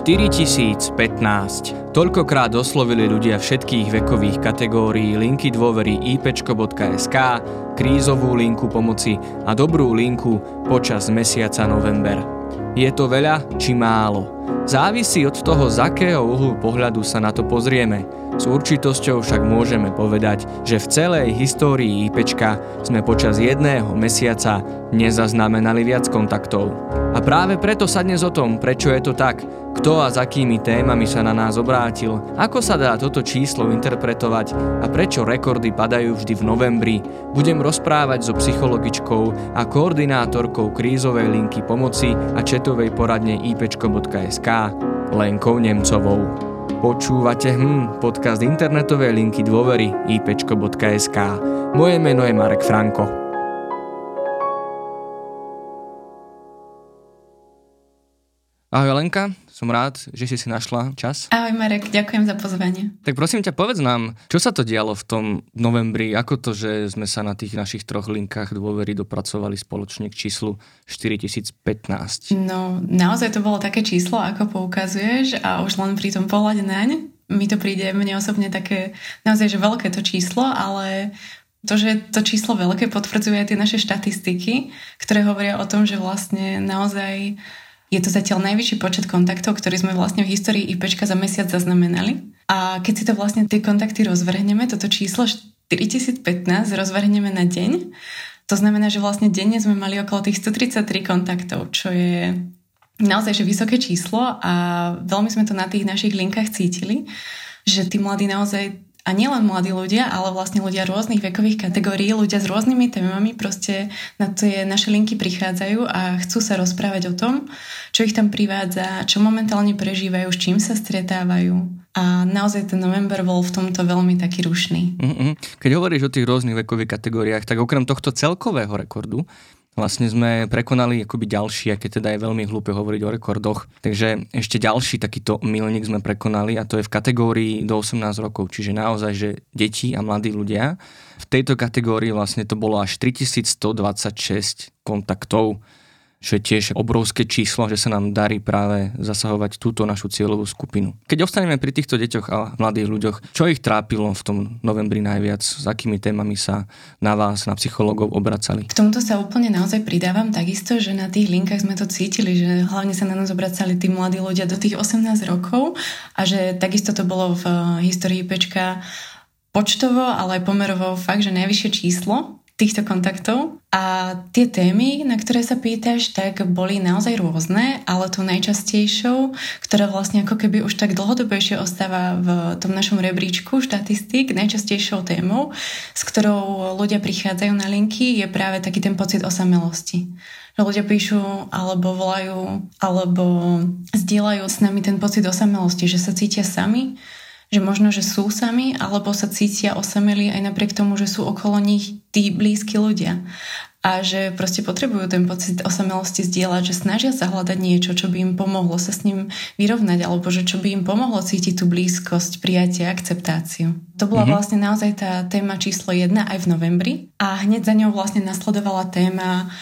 4015. Toľkokrát oslovili ľudia všetkých vekových kategórií linky dôvery ipčko.sk, krízovú linku pomoci a dobrú linku počas mesiaca november. Je to veľa či málo? Závisí od toho, z akého uhlu pohľadu sa na to pozrieme. S určitosťou však môžeme povedať, že v celej histórii IPčka sme počas jedného mesiaca nezaznamenali viac kontaktov. A práve preto sa dnes o tom, prečo je to tak, kto a s akými témami sa na nás obrátil, ako sa dá toto číslo interpretovať a prečo rekordy padajú vždy v novembri, budem rozprávať so psychologičkou a koordinátorkou krízovej linky pomoci a chatovej poradne ipčko.sk Lenkou Nemcovou. Počúvate podcast internetovej linky dôvery ipčko.sk. Moje meno je Marek Franko. Ahoj Lenka, som rád, že si našla čas. Ahoj Marek, ďakujem za pozvanie. Tak prosím ťa, povedz nám, čo sa to dialo v tom novembri, ako to, že sme sa na tých našich 3 linkách dôvery dopracovali spoločne k číslu 4015. No, naozaj to bolo také číslo, ako poukazuješ, a už len pri tom pohľade naň mi to príde mne osobne také naozaj, že veľké to číslo, ale to, že to číslo veľké, potvrdzuje aj tie naše štatistiky, ktoré hovoria o tom, že vlastne naozaj je to zatiaľ najvyšší počet kontaktov, ktorý sme vlastne v histórii IPčka za mesiac zaznamenali. A keď si to vlastne tie kontakty rozvrhneme, toto číslo 4015 rozvrhneme na deň, to znamená, že vlastne denne sme mali okolo tých 133 kontaktov, čo je naozaj že vysoké číslo a veľmi sme to na tých našich linkách cítili, že tí mladí naozaj, a nielen mladí ľudia, ale vlastne ľudia rôznych vekových kategórií, ľudia s rôznymi témami proste na tie naše linky prichádzajú a chcú sa rozprávať o tom, čo ich tam privádza, čo momentálne prežívajú, s čím sa stretávajú. A naozaj ten november bol v tomto veľmi taký rušný. Keď hovoríš o tých rôznych vekových kategóriách, tak okrem tohto celkového rekordu vlastne sme prekonali akoby ďalší, a keď teda je veľmi hlúpe hovoriť o rekordoch. Takže ešte ďalší takýto milník sme prekonali a to je v kategórii do 18 rokov. Čiže naozaj, že deti a mladí ľudia. V tejto kategórii vlastne to bolo až 3126 kontaktov, čo je tiež obrovské číslo, že sa nám darí práve zasahovať túto našu cieľovú skupinu. Keď ostaneme pri týchto deťoch a mladých ľuďoch, čo ich trápilo v tom novembri najviac? S akými témami sa na vás, na psychológov obracali? K tomuto sa úplne naozaj pridávam takisto, že na tých linkách sme to cítili, že hlavne sa na nás obracali tí mladí ľudia do tých 18 rokov a že takisto to bolo v histórii IPčka počtovo, ale aj pomerovo fakt, že najvyššie číslo týchto kontaktov. A tie témy, na ktoré sa pýtaš, tak boli naozaj rôzne, ale tou najčastejšou, ktorá vlastne ako keby už tak dlhodobejšie ostáva v tom našom rebríčku štatistík, najčastejšou témou, s ktorou ľudia prichádzajú na linky, je práve taký ten pocit osamelosti. Že ľudia píšu, alebo volajú, alebo zdieľajú s nami ten pocit osamelosti, že sa cítia sami, že možno, že sú sami, alebo sa cítia osamelí aj napriek tomu, že sú okolo nich tí blízki ľudia. A že proste potrebujú ten pocit osamelosti zdieľať, že snažia sa hľadať niečo, čo by im pomohlo sa s ním vyrovnať, alebo že čo by im pomohlo cítiť tú blízkosť, prijatie, akceptáciu. To bola vlastne naozaj tá téma číslo 1 aj v novembri. A hneď za ňou vlastne nasledovala téma,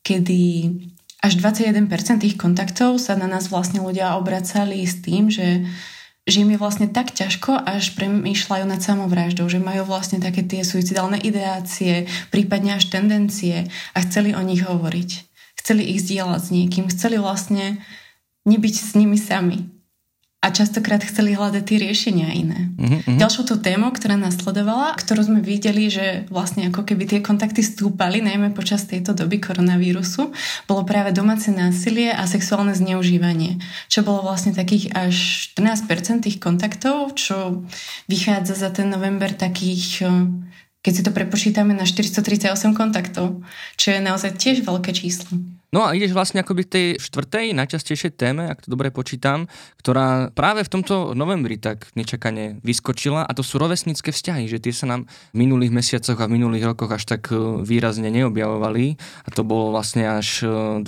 kedy až 21% tých kontaktov sa na nás vlastne ľudia obracali s tým, že im je vlastne tak ťažko, až premýšľajú nad samovraždou, že majú vlastne také tie suicidálne ideácie, prípadne až tendencie a chceli o nich hovoriť. Chceli ich zdieľať s niekým, chceli vlastne nebyť s nimi sami. A častokrát chceli hľadať tie riešenia iné. Ďalšou tú tému, ktorá nasledovala, ktorú sme videli, že vlastne ako keby tie kontakty stúpali, najmä počas tejto doby koronavírusu, bolo práve domáce násilie a sexuálne zneužívanie, čo bolo vlastne takých až 14% tých kontaktov, čo vychádza za ten november takých, keď si to prepočítame, na 438 kontaktov, čo je naozaj tiež veľké číslo. No a ideš vlastne akoby tej 4. najčastejšej téme, ak to dobre počítam, ktorá práve v tomto novembri tak nečakane vyskočila, a to sú rovesnícke vzťahy, že tie sa nám v minulých mesiacoch a v minulých rokoch až tak výrazne neobjavovali a to bolo vlastne až 12%.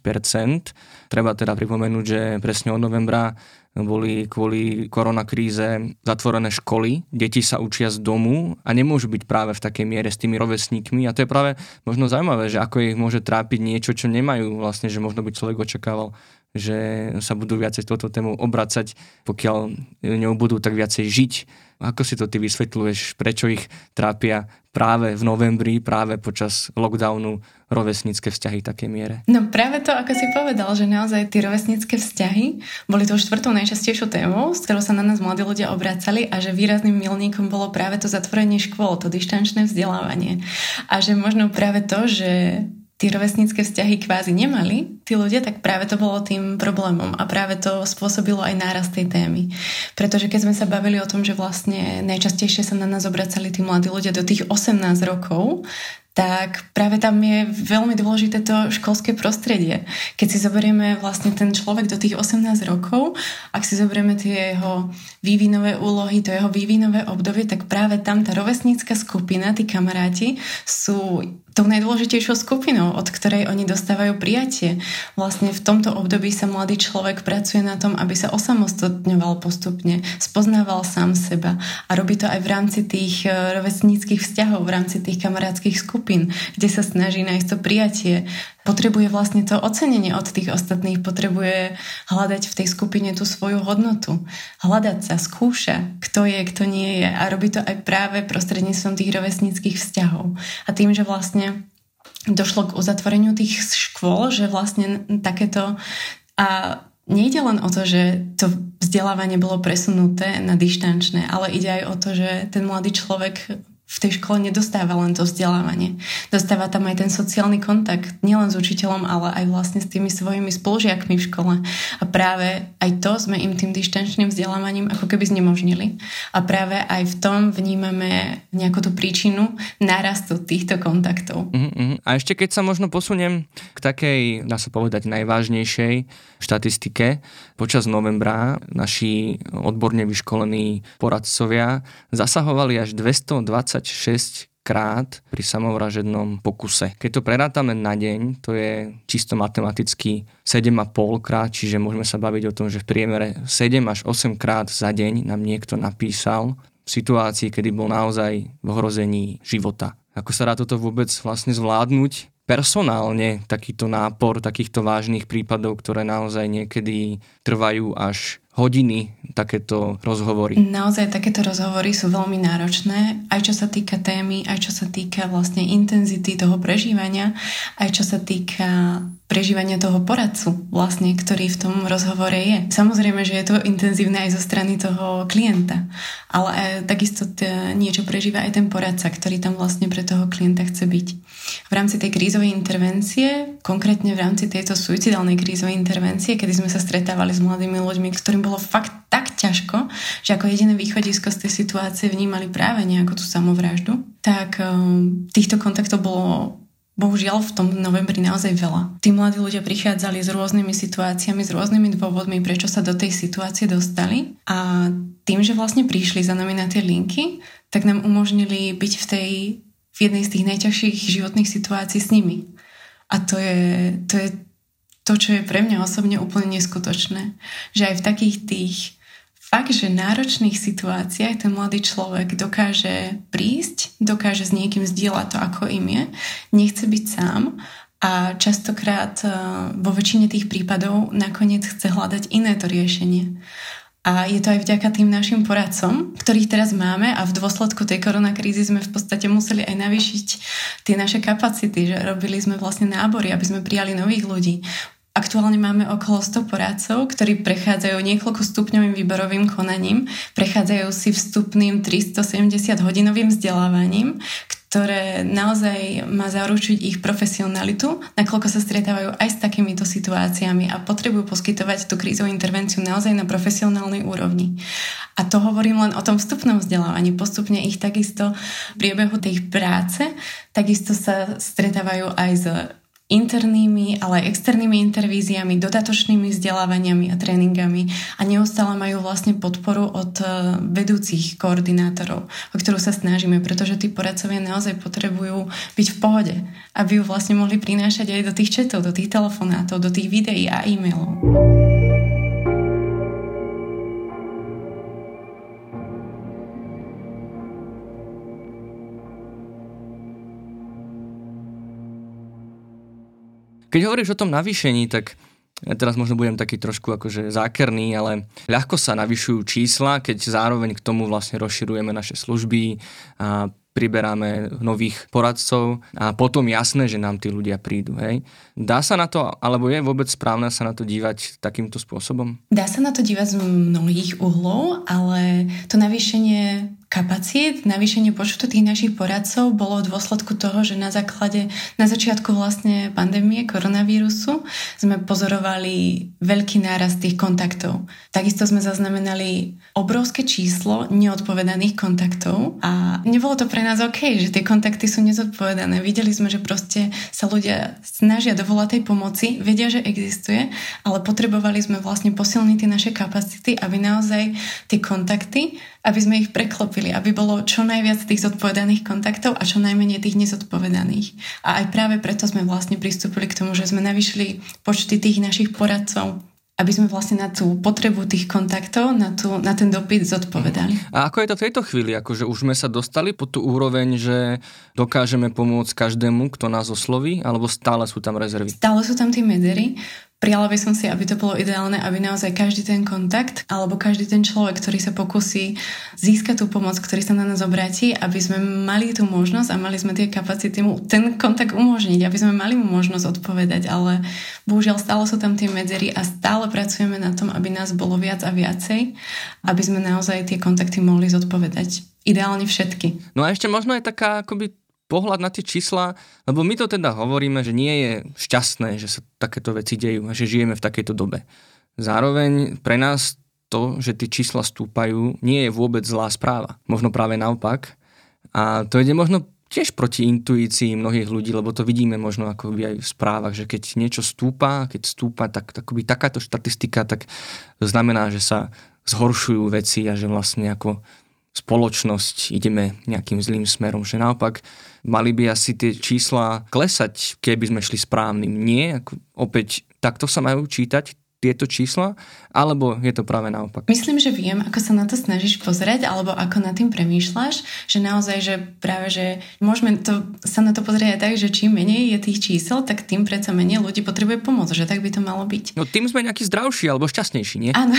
Treba teda pripomenúť, že presne od novembra boli kvôli koronakríze zatvorené školy, deti sa učia z domu a nemôžu byť práve v takej miere s tými rovesníkmi a to je práve možno zaujímavé, že ako ich môže trápiť niečo, čo nemajú vlastne, že možno by človek očakával, že sa budú viacej touto tému obracať, pokiaľ ňou budú tak viacej žiť. Ako si to ty vysvetľuješ, prečo ich trápia práve v novembri, práve počas lockdownu rovesnícke vzťahy v takej miere? No práve to, ako si povedal, že naozaj tie rovesnícke vzťahy boli tou štvrtou najčastejšou témou, s ktorou sa na nás mladí ľudia obracali a že výrazným milníkom bolo práve to zatvorenie škôl, to dištančné vzdelávanie. A že možno práve to, že tie rovesnícke vzťahy kvázi nemali tí ľudia, tak práve to bolo tým problémom a práve to spôsobilo aj nárast tej témy. Pretože keď sme sa bavili o tom, že vlastne najčastejšie sa na nás obracali tí mladí ľudia do tých 18 rokov, tak práve tam je veľmi dôležité to školské prostredie. Keď si zoberieme vlastne ten človek do tých 18 rokov, ak si zoberieme tie jeho vývinové úlohy, to jeho vývinové obdobie, tak práve tam tá rovesnícka skupina, tí kamaráti, sú tou najdôležitejšou skupinou, od ktorej oni dostávajú prijatie. Vlastne v tomto období sa mladý človek pracuje na tom, aby sa osamostatňoval postupne, spoznával sám seba a robí to aj v rámci tých rovesníckych vzťahov, v rámci tých kamarátskych skupín, kde sa snaží nájsť to prijatie. Potrebuje vlastne to ocenenie od tých ostatných, potrebuje hľadať v tej skupine tú svoju hodnotu. Hľadať sa, skúša, kto je, kto nie je a robí to aj práve prostredníctvom tých rovesníckych vzťahov. A tým, že vlastne došlo k uzatvoreniu tých škôl, že vlastne takéto... A nejde len o to, že to vzdelávanie bolo presunuté na dištančné, ale ide aj o to, že ten mladý človek v tej škole nedostáva len to vzdelávanie. Dostáva tam aj ten sociálny kontakt, nielen s učiteľom, ale aj vlastne s tými svojimi spolužiakmi v škole. A práve aj to sme im tým dištančným vzdelávaním ako keby znemožnili. A práve aj v tom vnímame nejakú tú príčinu nárastu týchto kontaktov. A ešte keď sa možno posuniem k takej, dá sa povedať, najvážnejšej štatistike, počas novembra naši odborne vyškolení poradcovia zasahovali až 226 krát pri samovražednom pokuse. Keď to prerátame na deň, to je čisto matematicky 7,5 krát, čiže môžeme sa baviť o tom, že v priemere 7 až 8 krát za deň nám niekto napísal v situácii, kedy bol naozaj v ohrození života. Ako sa dá toto vôbec vlastne zvládnuť personálne, takýto nápor takýchto vážnych prípadov, ktoré naozaj niekedy trvajú až hodiny, takéto rozhovory? Naozaj takéto rozhovory sú veľmi náročné, aj čo sa týka témy, aj čo sa týka vlastne intenzity toho prežívania, aj čo sa týka prežívania toho poradcu vlastne, ktorý v tom rozhovore je. Samozrejme, že je to intenzívne aj zo strany toho klienta, ale aj takisto niečo prežíva aj ten poradca, ktorý tam vlastne pre toho klienta chce byť. V rámci tej krízovej intervencie, konkrétne v rámci tejto suicidálnej krízovej intervencie, kedy sme sa stretávali s mladými ľuďmi, ktorým bolo fakt tak ťažko, že ako jediné východisko z tej situácie vnímali práve nejakú tú samovraždu, tak týchto kontaktov bolo bohužiaľ v tom novembri naozaj veľa. Tí mladí ľudia prichádzali s rôznymi situáciami, s rôznymi dôvodmi, prečo sa do tej situácie dostali a tým, že vlastne prišli za nami na tie linky, tak nám umožnili byť v jednej z tých najťažších životných situácií s nimi. A to je to, čo je pre mňa osobne úplne neskutočné. Že aj v takých tých fakt, že náročných situáciách ten mladý človek dokáže prísť, dokáže s niekým zdieľať to, ako im je, nechce byť sám a častokrát vo väčšine tých prípadov nakoniec chce hľadať iné to riešenie. A je to aj vďaka tým našim poradcom, ktorých teraz máme a v dôsledku tej koronakrízy sme v podstate museli aj navýšiť tie naše kapacity, že robili sme vlastne nábory, aby sme prijali nových ľudí. Aktuálne máme okolo 100 poradcov, ktorí prechádzajú niekoľkostupňovým výberovým konaním, prechádzajú si vstupným 370-hodinovým vzdelávaním, ktoré naozaj má zaručiť ich profesionalitu, nakoľko sa stretávajú aj s takýmito situáciami a potrebujú poskytovať tú krízovú intervenciu naozaj na profesionálnej úrovni. A to hovorím len o tom vstupnom vzdelávaní. Postupne ich takisto v priebehu tej práce takisto sa stretávajú aj s internými, ale aj externými intervíziami, dodatočnými vzdelávaniami a tréningami a neustále majú vlastne podporu od vedúcich koordinátorov, o ktorú sa snažíme, pretože tí poradcovia naozaj potrebujú byť v pohode, aby ju vlastne mohli prinášať aj do tých chatov, do tých telefonátov, do tých videí a e-mailov. Keď hovoríš o tom navýšení, tak Ja teraz možno budem taký trošku akože zákerný, ale ľahko sa navyšujú čísla, keď zároveň k tomu vlastne rozširujeme naše služby a priberáme nových poradcov a potom jasné, že nám tí ľudia prídu. Hej. Dá sa na to, alebo je vôbec správne sa na to dívať takýmto spôsobom? Dá sa na to dívať z mnohých uhlov, ale to navýšenie kapacít, navýšenie počtu tých našich poradcov bolo v dôsledku toho, že na začiatku vlastne pandémie koronavírusu sme pozorovali veľký nárast tých kontaktov. Takisto sme zaznamenali obrovské číslo neodpovedaných kontaktov a nebolo to pre nás OK, že tie kontakty sú nezodpovedané. Videli sme, že proste sa ľudia snažia dovolať tej pomoci, vedia, že existuje, ale potrebovali sme vlastne posilniť tie naše kapacity, aby naozaj tie kontakty, aby sme ich preklopili, aby bolo čo najviac tých zodpovedaných kontaktov a čo najmenej tých nezodpovedaných. A aj práve preto sme vlastne pristúpili k tomu, že sme navýšili počty tých našich poradcov, aby sme vlastne na tú potrebu tých kontaktov, na ten dopyt zodpovedali. A ako je to v tejto chvíli? Akože už sme sa dostali po tú úroveň, že dokážeme pomôcť každému, kto nás osloví, alebo stále sú tam rezervy? Stále sú tam tie medzery. Prijala by som si, aby to bolo ideálne, aby naozaj každý ten kontakt alebo každý ten človek, ktorý sa pokusí získať tú pomoc, ktorý sa na nás obráti, aby sme mali tú možnosť a mali sme tie kapacity mu ten kontakt umožniť, aby sme mali mu možnosť odpovedať, ale bohužiaľ stále sú tam tie medzery a stále pracujeme na tom, aby nás bolo viac a viacej, aby sme naozaj tie kontakty mohli zodpovedať. Ideálne všetky. No a ešte možno je taká akoby pohľad na tie čísla, lebo my to teda hovoríme, že nie je šťastné, že sa takéto veci dejú a že žijeme v takejto dobe. Zároveň pre nás to, že tie čísla stúpajú, nie je vôbec zlá správa. Možno práve naopak. A to ide možno tiež proti intuícii mnohých ľudí, lebo to vidíme možno akoby aj v správach, že keď niečo stúpa, tak akoby takáto štatistika, tak to znamená, že sa zhoršujú veci a že vlastne ako spoločnosť ideme nejakým zlým smerom, že naopak mali by asi tie čísla klesať, keby sme šli správnym. Nie, opäť takto sa majú čítať tieto čísla, alebo je to práve naopak? Myslím, že viem, ako sa na to snažíš pozrieť, alebo ako nad tým premýšľaš, že naozaj, že práve, že môžeme sa na to pozrieť aj tak, že čím menej je tých čísel, tak tým predsa menej ľudí potrebuje pomoc, že tak by to malo byť. No tým sme nejaký zdravší alebo šťastnejší, nie? Áno,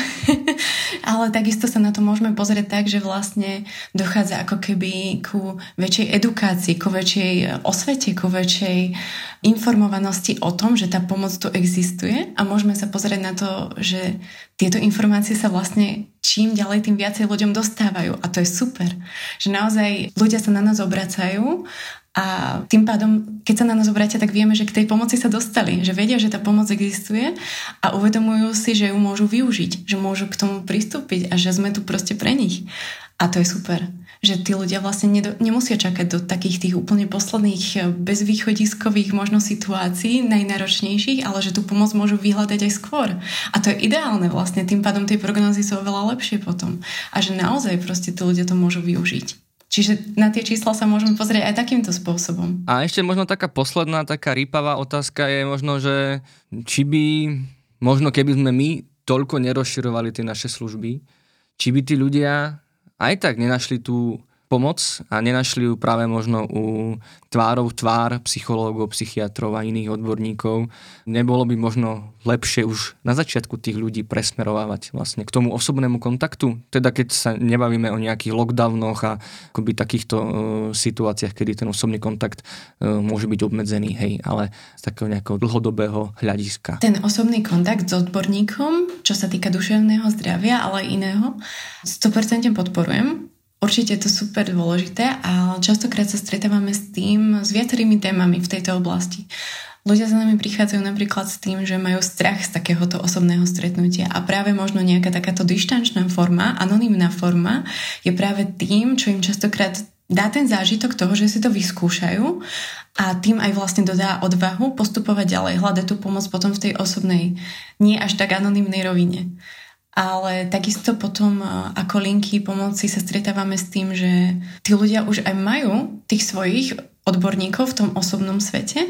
ale takisto sa na to môžeme pozrieť tak, že vlastne dochádza ako keby ku väčšej edukácii, ku väčšej osvete, ku väčšej informovanosti o tom, že tá pomoc tu existuje a môžeme sa pozrieť na to, že tieto informácie sa vlastne čím ďalej, tým viacej ľuďom dostávajú a to je super. Že naozaj ľudia sa na nás obracajú a tým pádom, keď sa na nás obrátia, tak vieme, že k tej pomoci sa dostali, že vedia, že tá pomoc existuje a uvedomujú si, že ju môžu využiť, že môžu k tomu pristúpiť a že sme tu proste pre nich. A to je super. Že tí ľudia vlastne nemusia čakať do takých tých úplne posledných bezvýchodiskových možno situácií, najnáročnejších, ale že tú pomoc môžu vyhľadať aj skôr. A to je ideálne vlastne, tým pádom tie prognózy sú oveľa lepšie potom. A že naozaj proste tí ľudia to môžu využiť. Čiže na tie čísla sa môžeme pozrieť aj takýmto spôsobom. A ešte možno taká posledná, taká rýpavá otázka je možno, že či by, možno keby sme my toľko nerozširovali tie naše služby, či by tí ľudia aj tak nenašli tú pomoc a nenašli ju práve možno u tvárov tvár psychológov, psychiatrov a iných odborníkov. Nebolo by možno lepšie už na začiatku tých ľudí presmerovávať vlastne k tomu osobnému kontaktu? Teda keď sa nebavíme o nejakých lockdownoch a akoby takýchto situáciách, kedy ten osobný kontakt môže byť obmedzený, hej, ale z takého nejakého dlhodobého hľadiska. Ten osobný kontakt s odborníkom, čo sa týka duševného zdravia, ale aj iného, 100% podporujem. Určite je to super dôležité a častokrát sa stretávame s viacerými témami v tejto oblasti. Ľudia za nami prichádzajú napríklad s tým, že majú strach z takéhoto osobného stretnutia a práve možno nejaká takáto dištančná forma, anonymná forma je práve tým, čo im častokrát dá ten zážitok toho, že si to vyskúšajú a tým aj vlastne dodá odvahu postupovať ďalej, hľadať tú pomoc potom v tej osobnej, nie až tak anonymnej rovine. Ale takisto potom ako linky pomoci sa stretávame s tým, že tí ľudia už aj majú tých svojich odborníkov v tom osobnom svete,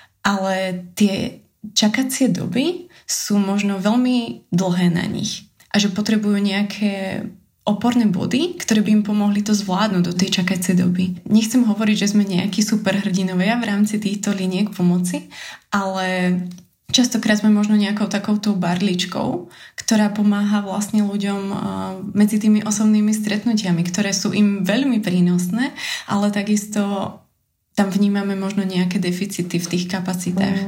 ale tie čakacie doby sú možno veľmi dlhé na nich a že potrebujú nejaké oporné body, ktoré by im pomohli to zvládnuť do tej čakacej doby. Nechcem hovoriť, že sme nejakí superhrdinovia v rámci týchto liniek pomoci, ale Častokrát sme možno nejakou takouto barličkou, ktorá pomáha vlastne ľuďom medzi tými osobnými stretnutiami, ktoré sú im veľmi prínosné, ale takisto tam vnímame možno nejaké deficity v tých kapacitách.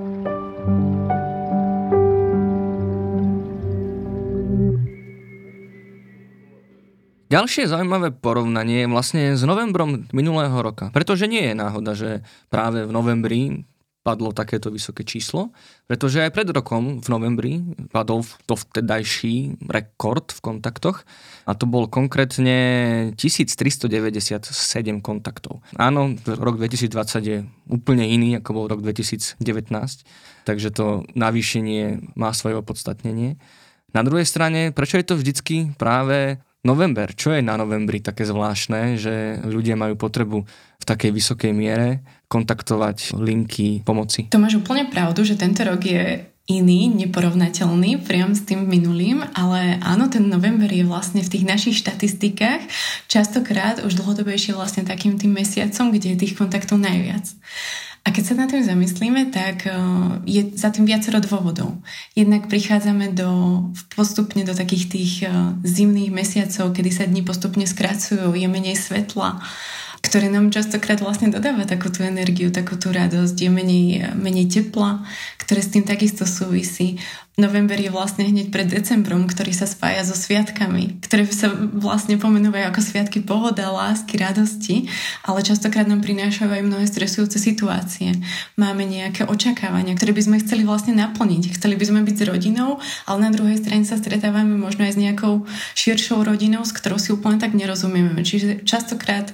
Ďalšie zaujímavé porovnanie je vlastne s novembrom minulého roka, pretože nie je náhoda, že práve v novembri padlo takéto vysoké číslo, pretože aj pred rokom v novembri padol to vtedajší rekord v kontaktoch a to bol konkrétne 1397 kontaktov. Áno, rok 2020 je úplne iný, ako bol rok 2019, takže to navýšenie má svoje opodstatnenie. Na druhej strane, prečo je to vždycky práve november? Čo je na novembri také zvláštne, že ľudia majú potrebu v takej vysokej miere kontaktovať linky pomoci? To máš úplne pravdu, že tento rok je iný, neporovnateľný priam s tým minulým, ale áno, ten november je vlastne v tých našich štatistikách častokrát už dlhodobejšie vlastne takým tým mesiacom, kde je tých kontaktov najviac. A keď sa nad tým zamyslíme, tak je za tým viacero dôvodov. Jednak prichádzame postupne do takých tých zimných mesiacov, kedy sa dni postupne skracujú, je menej svetla, ktoré nám častokrát vlastne dodáva takú tú energiu, takú tú radosť, je menej tepla, ktoré s tým takisto súvisí. November je vlastne hneď pred decembrom, ktorý sa spája so sviatkami, ktoré sa vlastne pomenúvajú ako sviatky pohoda, lásky, radosti, ale častokrát nám prinášajú aj mnohé stresujúce situácie. Máme nejaké očakávania, ktoré by sme chceli vlastne naplniť. Chceli by sme byť s rodinou, ale na druhej strane sa stretávame možno aj s nejakou širšou rodinou, s ktorou si úplne tak nerozumieme. Čiže častokrát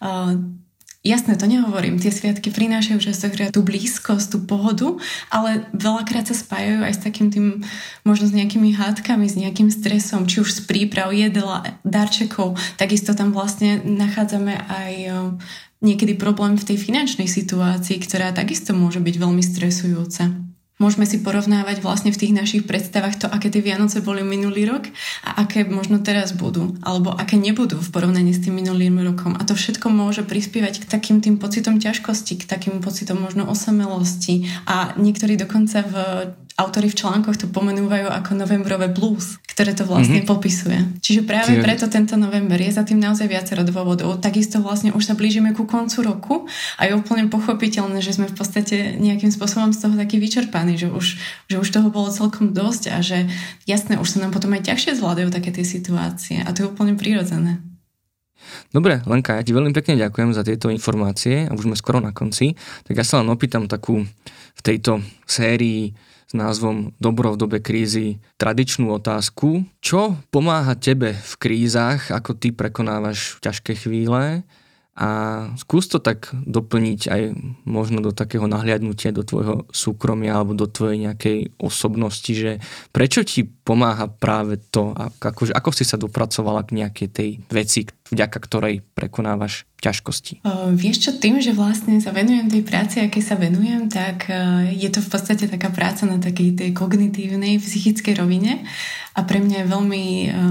jasné, to nehovorím, tie sviatky prinášajú častokrát tú blízkosť, tú pohodu, ale veľakrát sa spájajú aj s takým tým, možno s nejakými hádkami, s nejakým stresom, či už z príprav, jedla, darčekov, takisto tam vlastne nachádzame aj niekedy problém v tej finančnej situácii, ktorá takisto môže byť veľmi stresujúca. Môžeme si porovnávať vlastne v tých našich predstavách to, aké tie Vianoce boli minulý rok a aké možno teraz budú, alebo aké nebudú v porovnaní s tým minulým rokom. A to všetko môže prispievať k takým tým pocitom ťažkosti, k takým pocitom možno osamelosti. A niektorí dokonca autori v článkoch to pomenúvajú ako novembrové blues, ktoré to vlastne popisuje. Čiže práve preto tento november je za tým naozaj viacero dôvodov. Takisto vlastne už sa blížime ku koncu roku a je úplne pochopiteľné, že sme v podstate nejakým spôsobom z toho taký vyčerpaní, že už toho bolo celkom dosť a že jasné, už sa nám potom aj ťažšie zvládajú také tie situácie a to je úplne prirodzené. Dobre, Lenka, ja ti veľmi pekne ďakujem za tieto informácie a už sme skoro na konci. Tak ja sa len opýtam takú v tejto sérii s názvom Dobro v dobe krízy tradičnú otázku. Čo pomáha tebe v krízach, ako ty prekonávaš ťažké chvíle? A skús to tak doplniť aj možno do takého nahliadnutia do tvojho súkromia alebo do tvojej nejakej osobnosti, že prečo ti pomáha práve to, ako si sa dopracovala k nejakej tej veci, vďaka ktorej prekonávaš ťažkosti? Vieš čo, tým, že vlastne sa venujem tej práci, aké sa venujem, tak je to v podstate taká práca na takej tej kognitívnej, psychickej rovine a pre mňa je veľmi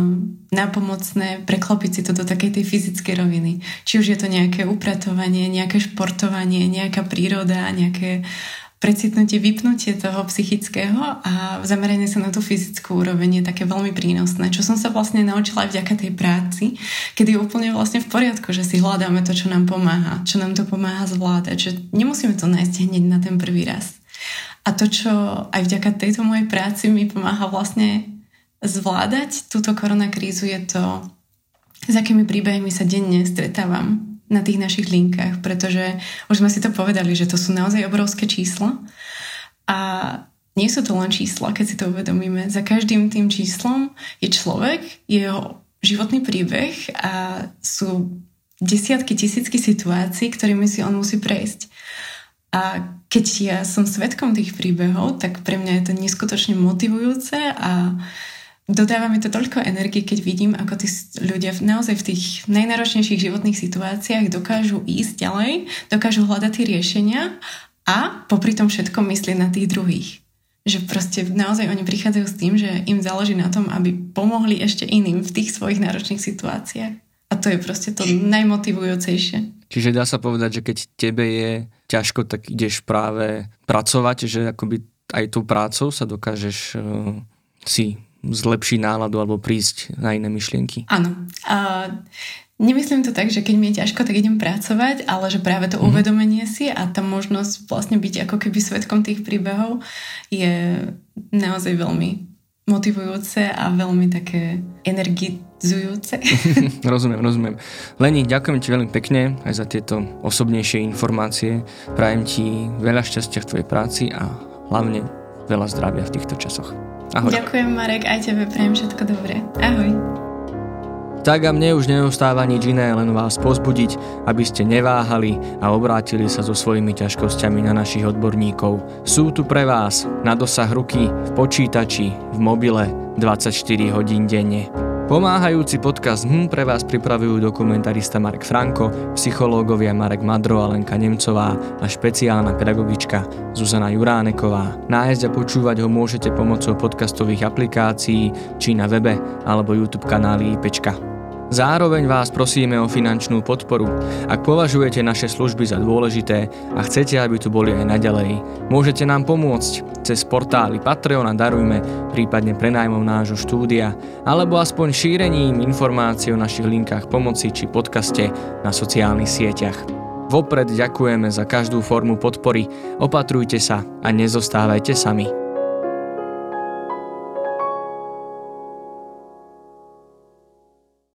nápomocné preklopiť si to do takej tej fyzickej roviny. Či už je to nejaké upratovanie, nejaké športovanie, nejaká príroda, nejaké precitnutie, vypnutie toho psychického a zameranie sa na tú fyzickú úroveň je také veľmi prínosné. Čo som sa vlastne naučila aj vďaka tej práci, kedy je úplne vlastne v poriadku, že si hľadáme to, čo nám pomáha, čo nám to pomáha zvládať, že nemusíme to nájsť hneď na ten prvý raz. A to, čo aj vďaka tejto mojej práci mi pomáha vlastne zvládať túto koronakrízu, je to, s akými príbehmi sa denne stretávam na tých našich linkách, pretože už sme si to povedali, že to sú naozaj obrovské čísla a nie sú to len čísla, keď si to uvedomíme. Za každým tým číslom je človek, jeho životný príbeh a sú desiatky, tisícky situácií, ktorými si on musí prejsť. A keď ja som svedkom tých príbehov, tak pre mňa je to neskutočne motivujúce a dodáva mi to toľko energie, keď vidím, ako tí ľudia naozaj v tých najnáročnejších životných situáciách dokážu ísť ďalej, dokážu hľadať tie riešenia a popri tom všetkom myslieť na tých druhých. Že proste naozaj oni prichádzajú s tým, že im záleží na tom, aby pomohli ešte iným v tých svojich náročných situáciách. A to je proste to najmotivujúcejšie. Čiže dá sa povedať, že keď tebe je ťažko, tak ideš práve pracovať, že akoby aj tou prácou sa dokážeš si zlepšiť náladu alebo prísť na iné myšlienky? Áno. Nemyslím to tak, že keď mi je ťažko, tak idem pracovať, ale že práve to uvedomenie si a tá možnosť vlastne byť ako keby svedkom tých príbehov je naozaj veľmi motivujúce a veľmi také energizujúce. Rozumiem. Leni, ďakujem ti veľmi pekne aj za tieto osobnejšie informácie. Prajem ti veľa šťastia v tvojej práci a hlavne veľa zdravia v týchto časoch. Ahoj. Ďakujem, Marek, aj tebe prajem všetko dobré. Ahoj. Tak a mne už neostáva nič iné, len vás povzbudiť, aby ste neváhali a obrátili sa so svojimi ťažkosťami na našich odborníkov. Sú tu pre vás na dosah ruky, v počítači, v mobile 24 hodín denne. Pomáhajúci podcast pre vás pripravujú dokumentarista Marek Franko, psychológovia Marek Madro a Lenka Nemcová a špeciálna pedagogička Zuzana Juráneková. Nájsť a počúvať ho môžete pomocou podcastových aplikácií či na webe alebo YouTube kanáli IPčka. Zároveň vás prosíme o finančnú podporu. Ak považujete naše služby za dôležité a chcete, aby tu boli aj naďalej, môžete nám pomôcť cez portály Patreon a Darujme, prípadne prenájmom nášho štúdia, alebo aspoň šírením informácií o našich linkách pomoci či podcaste na sociálnych sieťach. Vopred ďakujeme za každú formu podpory, opatrujte sa a nezostávajte sami.